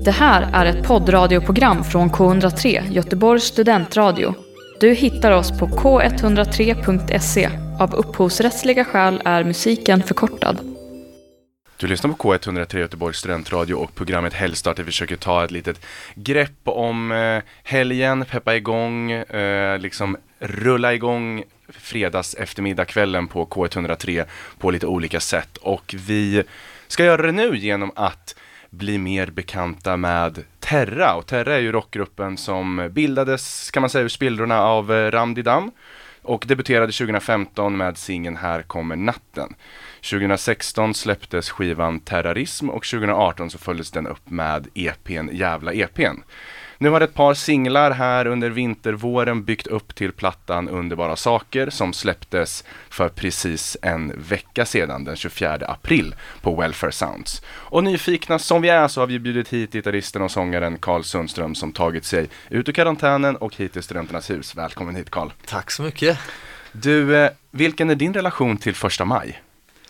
Det här är ett poddradioprogram från K103, Göteborgs studentradio. Du hittar oss på k103.se. Av upphovsrättsliga skäl är musiken förkortad. Du lyssnar på K103 Göteborgs studentradio och programmet Helgstart. Vi försöker ta ett litet grepp om helgen, peppa igång, liksom rulla igång fredags eftermiddagskvällen på K103 på lite olika sätt. Och vi ska göra det nu genom att bli mer bekanta med Terra. Och Terra är ju rockgruppen som bildades, kan man säga, ur spillrorna av Ram Didam. Och debuterade 2015 med singeln Här kommer natten. 2016 släpptes skivan Terrorism och 2018 så följdes den upp med EP:n Jävla EP:n. Nu har ett par singlar här under vintervåren byggt upp till plattan Underbara saker som släpptes för precis en vecka sedan, den 24 april på Welfare Sounds. Och nyfikna som vi är så har vi bjudit hit gitarristen och sångaren Carl Sundström som tagit sig ut ur karantänen och hit till Studenternas hus. Välkommen hit, Carl. Tack så mycket. Du, vilken är din relation till första maj?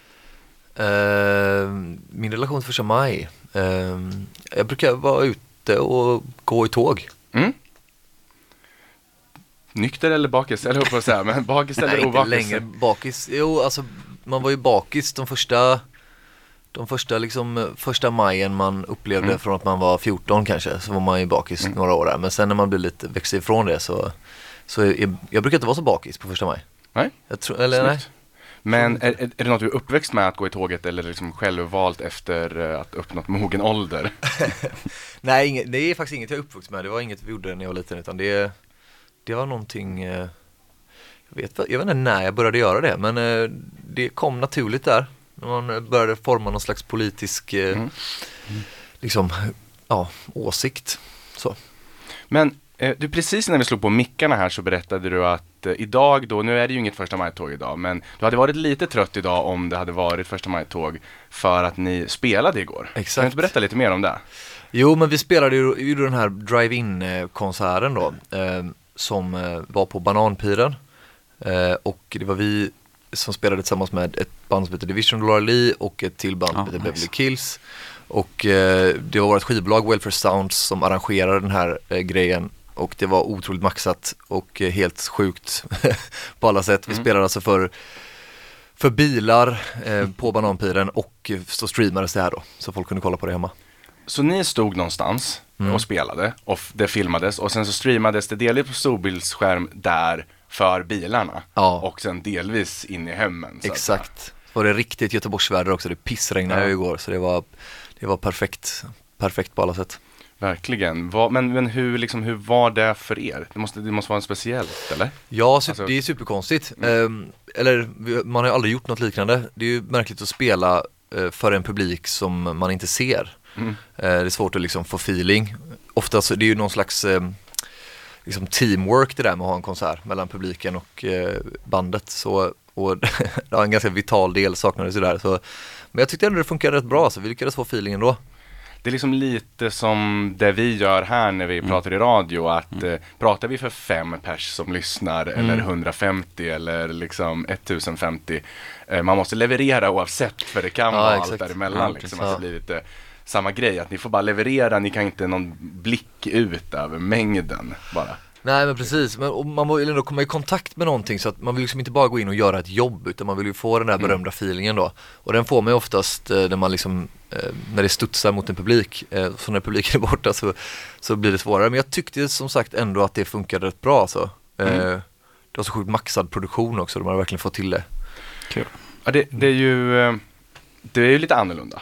Min relation till första maj? Jag brukar vara ute och gå i tåg. Mm. Nykter eller bakis? Eller hur på att säga, men bakis eller inte obakis? längre bakis. Jo, alltså man var ju bakis de första liksom första majen man upplevde från att man var 14 kanske, så var man ju bakis några år där. Men sen när man blir lite växer ifrån det så jag brukar inte vara så bakis på första maj. Nej. Jag tror, eller nej. Men är det något du är uppväxt med att gå i tåget eller liksom självvalt efter att uppnått mogen ålder? Nej, det är faktiskt inget jag är uppvuxen med. Det var inget vi gjorde när jag var liten, utan det var någonting, jag vet inte när jag började göra det, men det kom naturligt där. När man började forma någon slags politisk liksom, åsikt. Så. Men du, precis när vi slog på mickarna här så berättade du att idag då, nu är det ju inget första maj-tåg idag, men du hade varit lite trött idag om det hade varit första maj-tåg för att ni spelade igår. Exakt. Kan du inte berätta lite mer om det? Jo, men vi spelade ju den här drive-in-konserten då, som var på Bananpiren. Och det var vi som spelade tillsammans med ett band som heter Division Laura Lee och ett till band som heter Beverly Kills. Och det var vårt skivbolag Welfare Sounds som arrangerade den här grejen. Och det var otroligt maxat och helt sjukt på alla sätt. Vi spelade alltså för bilar på Bananpiren och så streamades det här då. Så folk kunde kolla på det hemma. Så ni stod någonstans och spelade och det filmades och sen så streamades det delvis på storbildsskärm där för bilarna och sen delvis in i hemmen. Så exakt. Var det riktigt Göteborgsväder också, det pissregnade igår, så det var perfekt på alla sätt. Verkligen. Men hur var det för er? Det måste vara en speciellt, eller? Ja, det är superkonstigt. Eller man har ju aldrig gjort något liknande. Det är ju märkligt att spela för en publik som man inte ser. Det är svårt att liksom få feeling. Ofta så det är ju någon slags liksom teamwork det där med att ha en konsert mellan publiken och bandet. Och det var en ganska vital del, saknades ju där. Men jag tyckte ändå det funkade rätt bra, så vi lyckades få feeling ändå. Det är liksom lite som det vi gör här när vi pratar i radio, att pratar vi för 5 pers som lyssnar eller 150 eller liksom 1050, man måste leverera oavsett, för det kan vara allt däremellan liksom, att det blir lite samma grej, att ni får bara leverera, ni kan inte någon blick ut över mängden bara. Nej, men precis, men man vill ändå komma i kontakt med någonting, så att man vill liksom inte bara gå in och göra ett jobb, utan man vill ju få den där berömda feelingen då. Och den får man ju oftast när man liksom när det studsar mot en publik, så när publiken är borta så blir det svårare. Men jag tyckte som sagt ändå att det funkade rätt bra så. Det var så sjukt maxad produktion också, de har verkligen fått till det. Cool. Ja, det är ju lite annorlunda.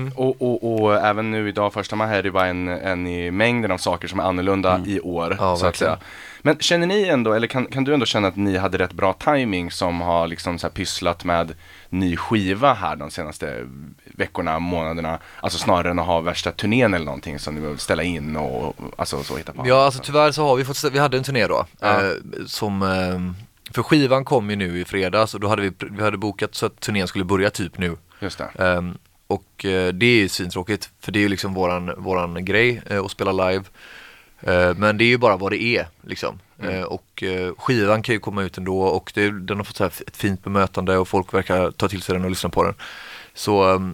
Och även nu idag, första maj, är det bara en i mängden av saker som är annorlunda i år, så att säga. Men känner ni ändå, eller kan du ändå känna att ni hade rätt bra timing som har liksom så här pysslat med ny skiva här de senaste veckorna, månaderna, alltså snarare än att ha värsta turnén eller någonting som ni vill ställa in och alltså så hitta på? Ja, alltså tyvärr så har vi hade en turné då som för skivan kom ju nu i fredags, och då hade vi hade bokat så att turnén skulle börja typ nu. Just det. Och det är ju svintråkigt, för det är ju liksom våran grej att spela live. Men det är ju bara vad det är liksom. Och skivan kan ju komma ut ändå, och den har fått så här ett fint bemötande och folk verkar ta till sig den och lyssna på den. Så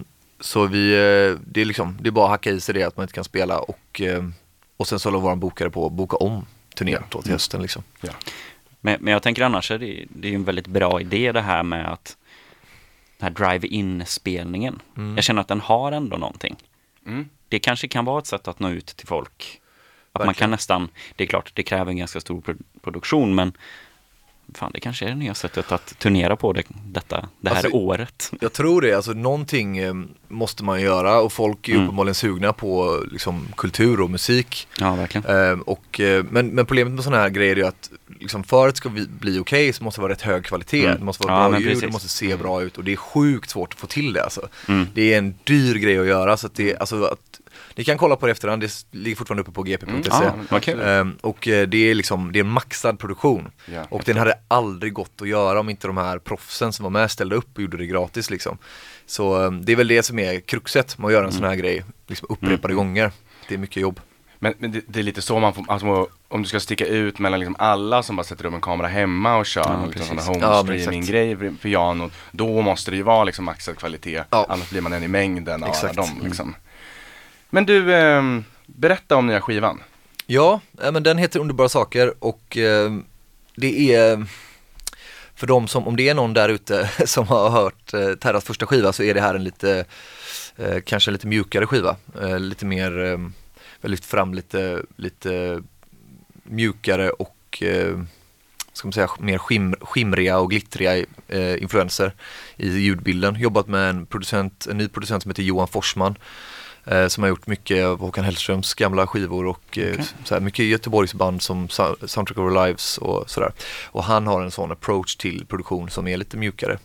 Så det är bara att hacka i sig det att man inte kan spela och sen så håller våran bokare på att boka om turnén då till hösten liksom. Ja. Men jag tänker annars är det är en väldigt bra idé det här med att den här drive-in-spelningen. Jag känner att den har ändå någonting. Det kanske kan vara ett sätt att nå ut till folk. Att Verkligen. man kan nästan, det är klart det kräver en ganska stor produktion, men fan, det kanske är det nya sättet att turnera på det här året. Jag tror det, alltså någonting måste man göra och folk är uppenbarligen sugna på liksom, kultur och musik. Ja, verkligen. Men problemet med sådana här grejer är ju att liksom, för att det ska bli okej så måste det vara rätt hög kvalitet. Det måste vara bra ljud, precis. det måste se bra ut och det är sjukt svårt att få till det alltså. Det är en dyr grej att göra så att ni kan kolla på det efterhand, det ligger fortfarande uppe på gp.se. Och det är en maxad produktion. Ja, och den hade aldrig gått att göra om inte de här proffsen som var med ställde upp och gjorde det gratis liksom. Så det är väl det som är kruxet med att göra en sån här grej liksom upprepade gånger. Det är mycket jobb. Men det är lite så man får, alltså, om du ska sticka ut mellan liksom alla som bara sätter upp en kamera hemma och kör liksom sådana home-streaming-grejer för piano, då måste det ju vara liksom maxad kvalitet. Annars blir man en i mängden av alla dem liksom. Men du, berätta om nya skivan. Ja, men den heter Underbara saker och det är för dem som, om det är någon där ute som har hört Terras första skiva så är det här en lite, kanske lite mjukare skiva. Lite mer, lyft fram lite mjukare och ska man säga, mer skimriga och glittriga influenser i ljudbilden. Jobbat med en ny producent som heter Johan Forsman. Som har gjort mycket av Håkan Hellströms gamla skivor och så här, mycket Göteborgsband som Soundtrack of Our Lives och sådär. Och han har en sån approach till produktion som är lite mjukare.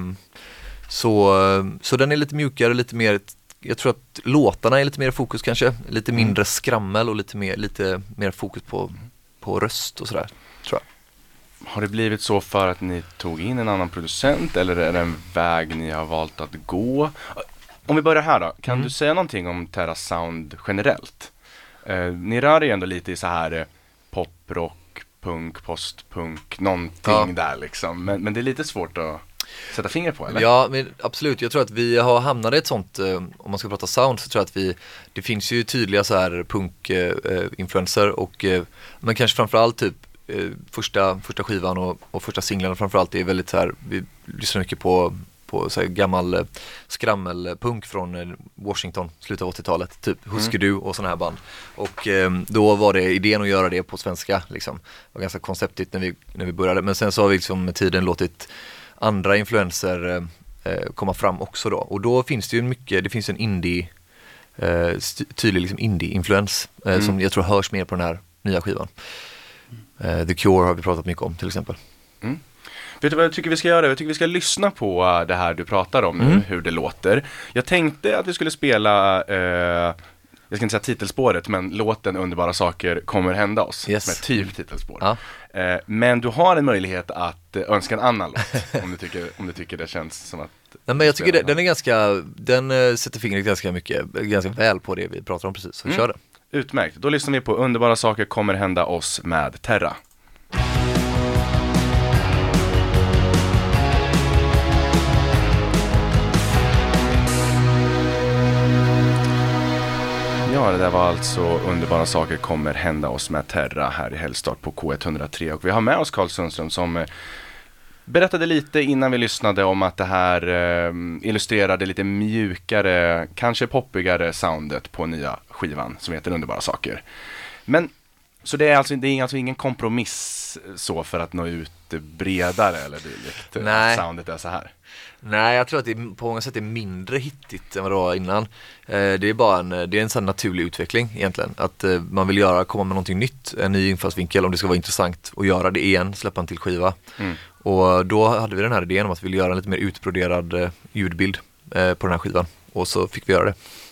Så den är lite mjukare, lite mer, jag tror att låtarna är lite mer fokus kanske, lite mindre skrammel och lite mer fokus på röst och sådär, tror jag. Har det blivit så för att ni tog in en annan producent eller är det en väg ni har valt att gå? Om vi börjar här då, kan du säga någonting om Terras sound generellt? Ni rör er ändå lite i så här poprock, punk, postpunk, någonting där liksom. Men det är lite svårt att sätta finger på, eller? Ja, men absolut. Jag tror att vi har hamnat i ett sånt, om man ska prata sound så tror jag att det finns ju tydliga så här punk-influencer och men kanske framförallt typ första skivan och första singlarna framförallt är väldigt så här, vi lyssnar mycket på så här gammal skrammelpunk från Washington, slutet av 80-talet, typ Husker du och såna här band. Och då var det idén att göra det på svenska liksom. Det var ganska konceptigt när vi började, men sen så har vi liksom med tiden låtit andra influenser komma fram också då. Och då finns det ju det finns en indie tydlig liksom indie-influens som jag tror hörs mer på den här nya skivan. The Cure har vi pratat mycket om till exempel. Vet du vad jag tycker vi ska göra? Jag tycker vi ska lyssna på det här du pratar om nu, hur det låter. Jag tänkte att vi skulle spela, jag ska inte säga titelspåret, men låten Underbara saker kommer hända oss. Yes. Med typ titelspår. Ja. Men du har en möjlighet att önska en annan låt, om du tycker det känns som att... Nej, men jag tycker den sätter fingret ganska väl på det vi pratar om precis, så kör det. Utmärkt, då lyssnar vi på Underbara saker kommer hända oss med Terra. Ja, det där var alltså Underbara saker kommer hända oss med Terra här i Helgstart på K103. Och vi har med oss Carl Sundström som berättade lite innan vi lyssnade om att det här illustrerade lite mjukare, kanske poppigare soundet på nya skivan som heter Underbara saker. Men så det är alltså ingen kompromiss så för att nå ut bredare eller dylikt? Nej. Soundet är så här. Nej, jag tror att det på många sätt är mindre hittigt än vad det var innan. Det är bara en sån naturlig utveckling egentligen. Att man vill komma med någonting nytt, en ny infallsvinkel om det ska vara intressant och göra det igen, släppa en till skiva. Och då hade vi den här idén om att vi ville göra en lite mer utbroderad ljudbild på den här skivan. Och så fick vi göra det.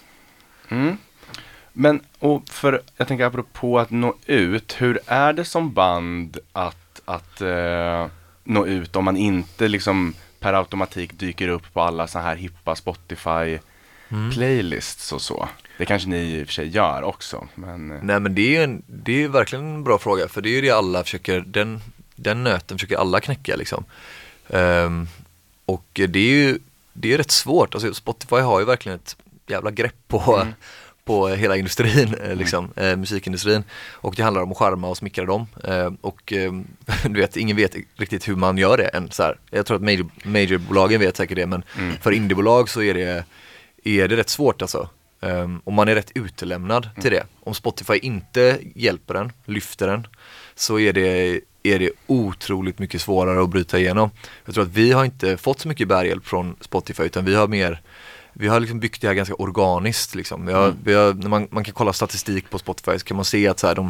Men, och för, jag tänker apropå att nå ut, hur är det som band att nå ut om man inte liksom per automatik dyker upp på alla så här hippa Spotify playlists och så? Det kanske ni i och för sig gör också, men... Nej, men det är verkligen en bra fråga, för det är ju det alla försöker, den nöten försöker alla knäcka liksom. Och det är ju det är rätt svårt. Alltså Spotify har ju verkligen ett jävla grepp på hela industrin, liksom, musikindustrin. Och det handlar om att charma och smickra dem. Du vet, ingen vet riktigt hur man gör det än. Så här. Jag tror att majorbolagen vet säkert det, men för indiebolag så är det rätt svårt alltså. Och man är rätt utelämnad till det. Om Spotify inte hjälper den, lyfter den, så är det otroligt mycket svårare att bryta igenom. Jag tror att vi har inte fått så mycket bärhjälp från Spotify, utan vi har liksom byggt det här ganska organiskt liksom. När man kan kolla statistik på Spotify, så kan man se att så här,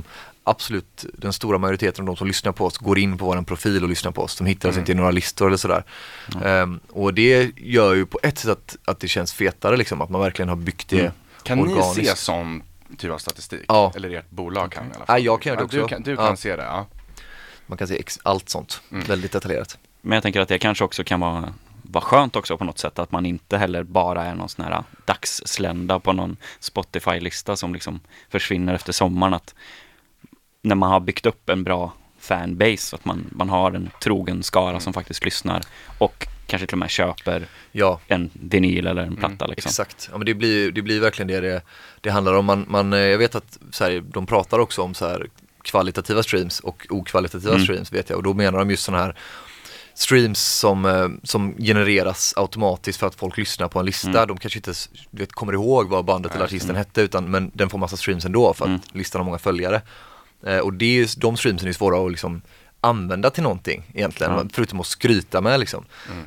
den stora majoriteten av de som lyssnar på oss går in på vår profil och lyssnar på oss. De hittar oss inte i några listor eller sådär. Och det gör ju på ett sätt att det känns fetare liksom, att man verkligen har byggt det kan organiskt. Kan ni se sån typ av statistik? Ja. Eller ert bolag kan i alla fall? Ja, jag kan göra det också. Du kan se det, ja. Man kan se allt sånt, väldigt detaljerat. Men jag tänker att det kanske också kan vara skönt också på något sätt, att man inte heller bara är någon sån här dagsslända på någon Spotify-lista som liksom försvinner efter sommaren, att när man har byggt upp en bra fanbase, att man har en trogen skara som faktiskt lyssnar och kanske till och med köper en vinyl eller en platta liksom. Exakt, ja, men det blir verkligen det handlar om. Jag vet att så här, de pratar också om så här kvalitativa streams och okvalitativa streams, vet jag, och då menar de just såna här streams som genereras automatiskt för att folk lyssnar på en lista. De kanske inte kommer ihåg vad bandet eller artisten hette, men den får massa streams ändå för att listan har många följare. Och de streamsen är svåra att liksom använda till någonting egentligen, förutom att skryta med liksom.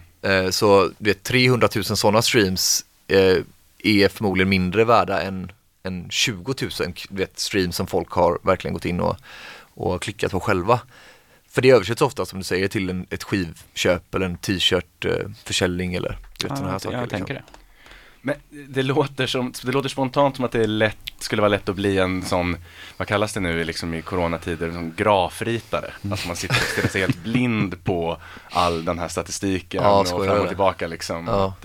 Så 300 000 sådana streams är förmodligen mindre värda än 20 000 streams som folk har verkligen gått in och klickat på själva. För det översätts ofta, som du säger, till ett skivköp eller en t-shirt-försäljning eller sådana här saker. Jag tänker det. Men det låter spontant som att det skulle vara lätt att bli en sån, vad kallas det nu liksom i coronatider, som grafritare. Alltså man sitter sig helt blind på all den här statistiken och fram och tillbaka liksom.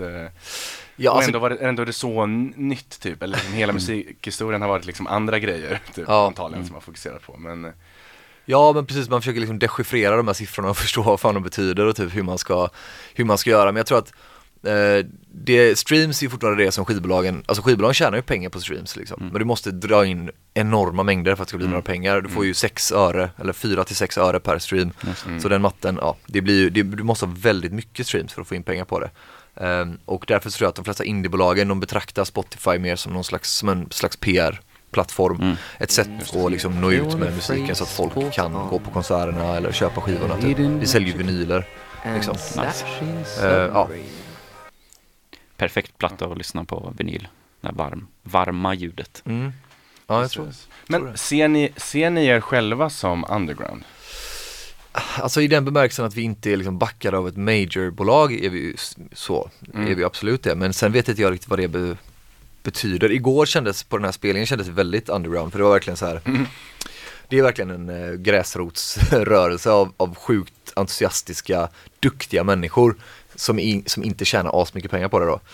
Och ändå är det så nytt typ, eller liksom hela musikhistorien har varit liksom andra grejer typ, antagligen som man fokuserar på. Men ja, men precis, man försöker liksom dechiffrera de här siffrorna och förstå vad fan de betyder och typ hur man ska göra. Men jag tror att streams är fortfarande det som skivbolagen tjänar ju pengar på streams liksom. Men du måste dra in enorma mängder för att det ska bli några pengar. Du får ju 6 öre eller 4-6 öre per stream. Så den matten, du måste ha väldigt mycket streams för att få in pengar på det. Och därför tror jag att de flesta indiebolagen, de betraktar Spotify mer som en slags PR-plattform. Ett sätt att liksom nå ut med musiken så att folk kan gå på konserterna eller köpa skivorna typ. Vi säljer ju vinyler liksom. Perfekt platta att lyssna på vinyl. Det varma ljudet. Ja, jag tror. Men ser ni er själva som underground? Alltså i den bemärkelsen att vi inte är liksom backade av ett majorbolag är vi ju så. Är vi absolut det. Men sen vet inte jag riktigt vad det betyder. Igår på den här spelningen kändes väldigt underground. För det var verkligen så här. Det är verkligen en gräsrotsrörelse av sjukt entusiastiska, duktiga människor som inte tjänar asmycket pengar på det då.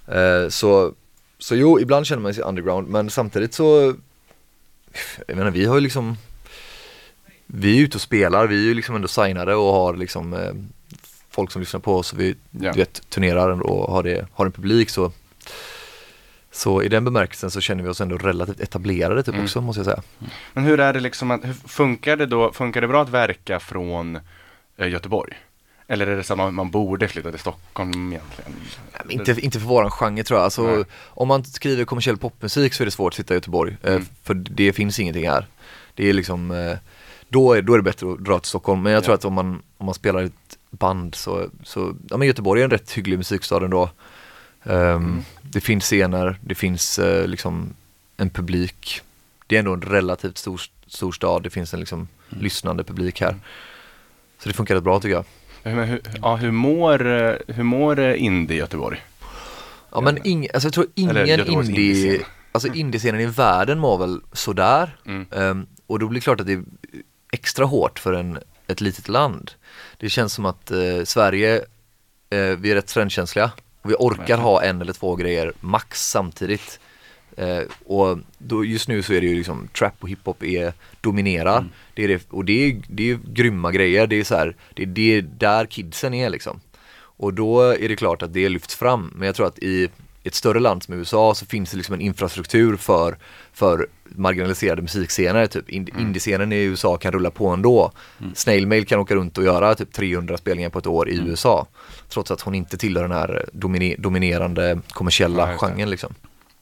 Så jo, ibland känner man sig underground, men samtidigt så jag menar, vi har ju liksom, vi är ute och spelar, vi är ju liksom ändå signade och har liksom folk som lyssnar på oss, och vi turnerar och har en publik, så i den bemärkelsen så känner vi oss ändå relativt etablerade typ också, måste jag säga. Men hur är det liksom, funkar det bra att verka från Göteborg? Eller är det så att man borde flytta till Stockholm egentligen? Inte för våran genre tror jag. Alltså, om man skriver kommersiell popmusik så är det svårt att sitta i Göteborg. För det finns ingenting här. Det är liksom, då är det bättre att dra till Stockholm. Men jag tror att om man spelar ett band så men Göteborg är en rätt hygglig musikstad ändå. Det finns scener, det finns liksom en publik. Det är ändå en relativt stor stad. Det finns en liksom lyssnande publik här. Så det funkar rätt bra tycker jag. Hur mår indie i Göteborg? Ja, men jag tror ingen indie, alltså indiescenen i världen mår väl sådär. Och då blir det klart att det är extra hårt för ett litet land. Det känns som att Sverige, vi är rätt trendkänsliga. Och vi orkar ha 1 eller 2 grejer max samtidigt. Och då, just nu så är det ju liksom trap och hiphop dominerar. Det är grymma grejer. Det är så här, det är där kidsen är liksom. Och då är det klart att det lyfts fram. Men jag tror att i ett större land som USA så finns det liksom en infrastruktur för marginaliserade musikscener. Typ indiescenen i USA kan rulla på ändå. Snail Mail kan åka runt och göra typ 300 spelningar på ett år i USA. Trots att hon inte tillhör den här dominerande kommersiella genren liksom.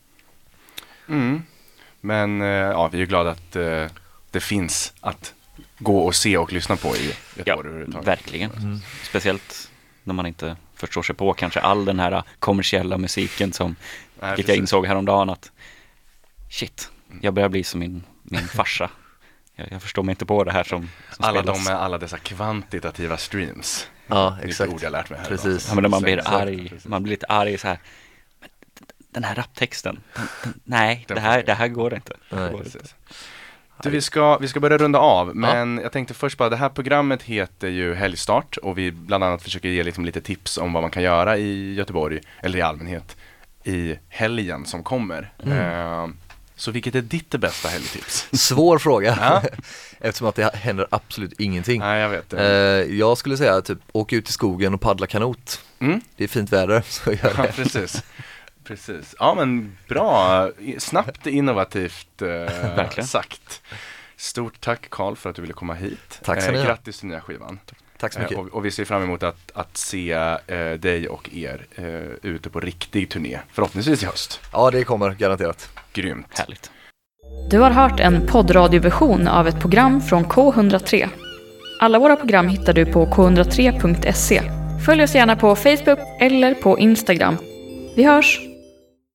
Men ja, vi är ju glada att det finns att gå och se och lyssna på i ett år överhuvudtaget. Verkligen. Speciellt när man inte förstår sig på kanske all den här kommersiella musiken som jag insåg häromdagen att shit, jag börjar bli som min farsa. Jag förstår mig inte på det här som alla spelas. de med alla dessa kvantitativa streams. Ja, Det är exakt. ett ord jag lärt mig här. Precis. Ja, men när man blir arg, man blir lite arg så här. Men den här raptexten, nej, det här går inte. Nej. Precis. Du, vi ska börja runda av, men jag tänkte först bara, det här programmet heter ju Helgstart och vi bland annat försöker ge liksom lite tips om vad man kan göra i Göteborg, eller i allmänhet, i helgen som kommer. Så vilket är ditt bästa helgtips? Svår fråga, eftersom att det händer absolut ingenting. Nej, jag vet det. Jag skulle säga typ, åk ut i skogen och paddla kanot. Det är fint väder, så gör det. Ja, precis. Ja, men bra. Snabbt innovativt sagt. Stort tack Carl för att du ville komma hit. Tack så mycket. Grattis till nya skivan. Tack så mycket. Och vi ser fram emot att se dig och er ute på riktig turné. Förhoppningsvis i höst. Ja, det kommer garanterat. Grymt. Härligt. Du har hört en poddradioversion av ett program från K103. Alla våra program hittar du på k103.se. Följ oss gärna på Facebook eller på Instagram. Vi hörs!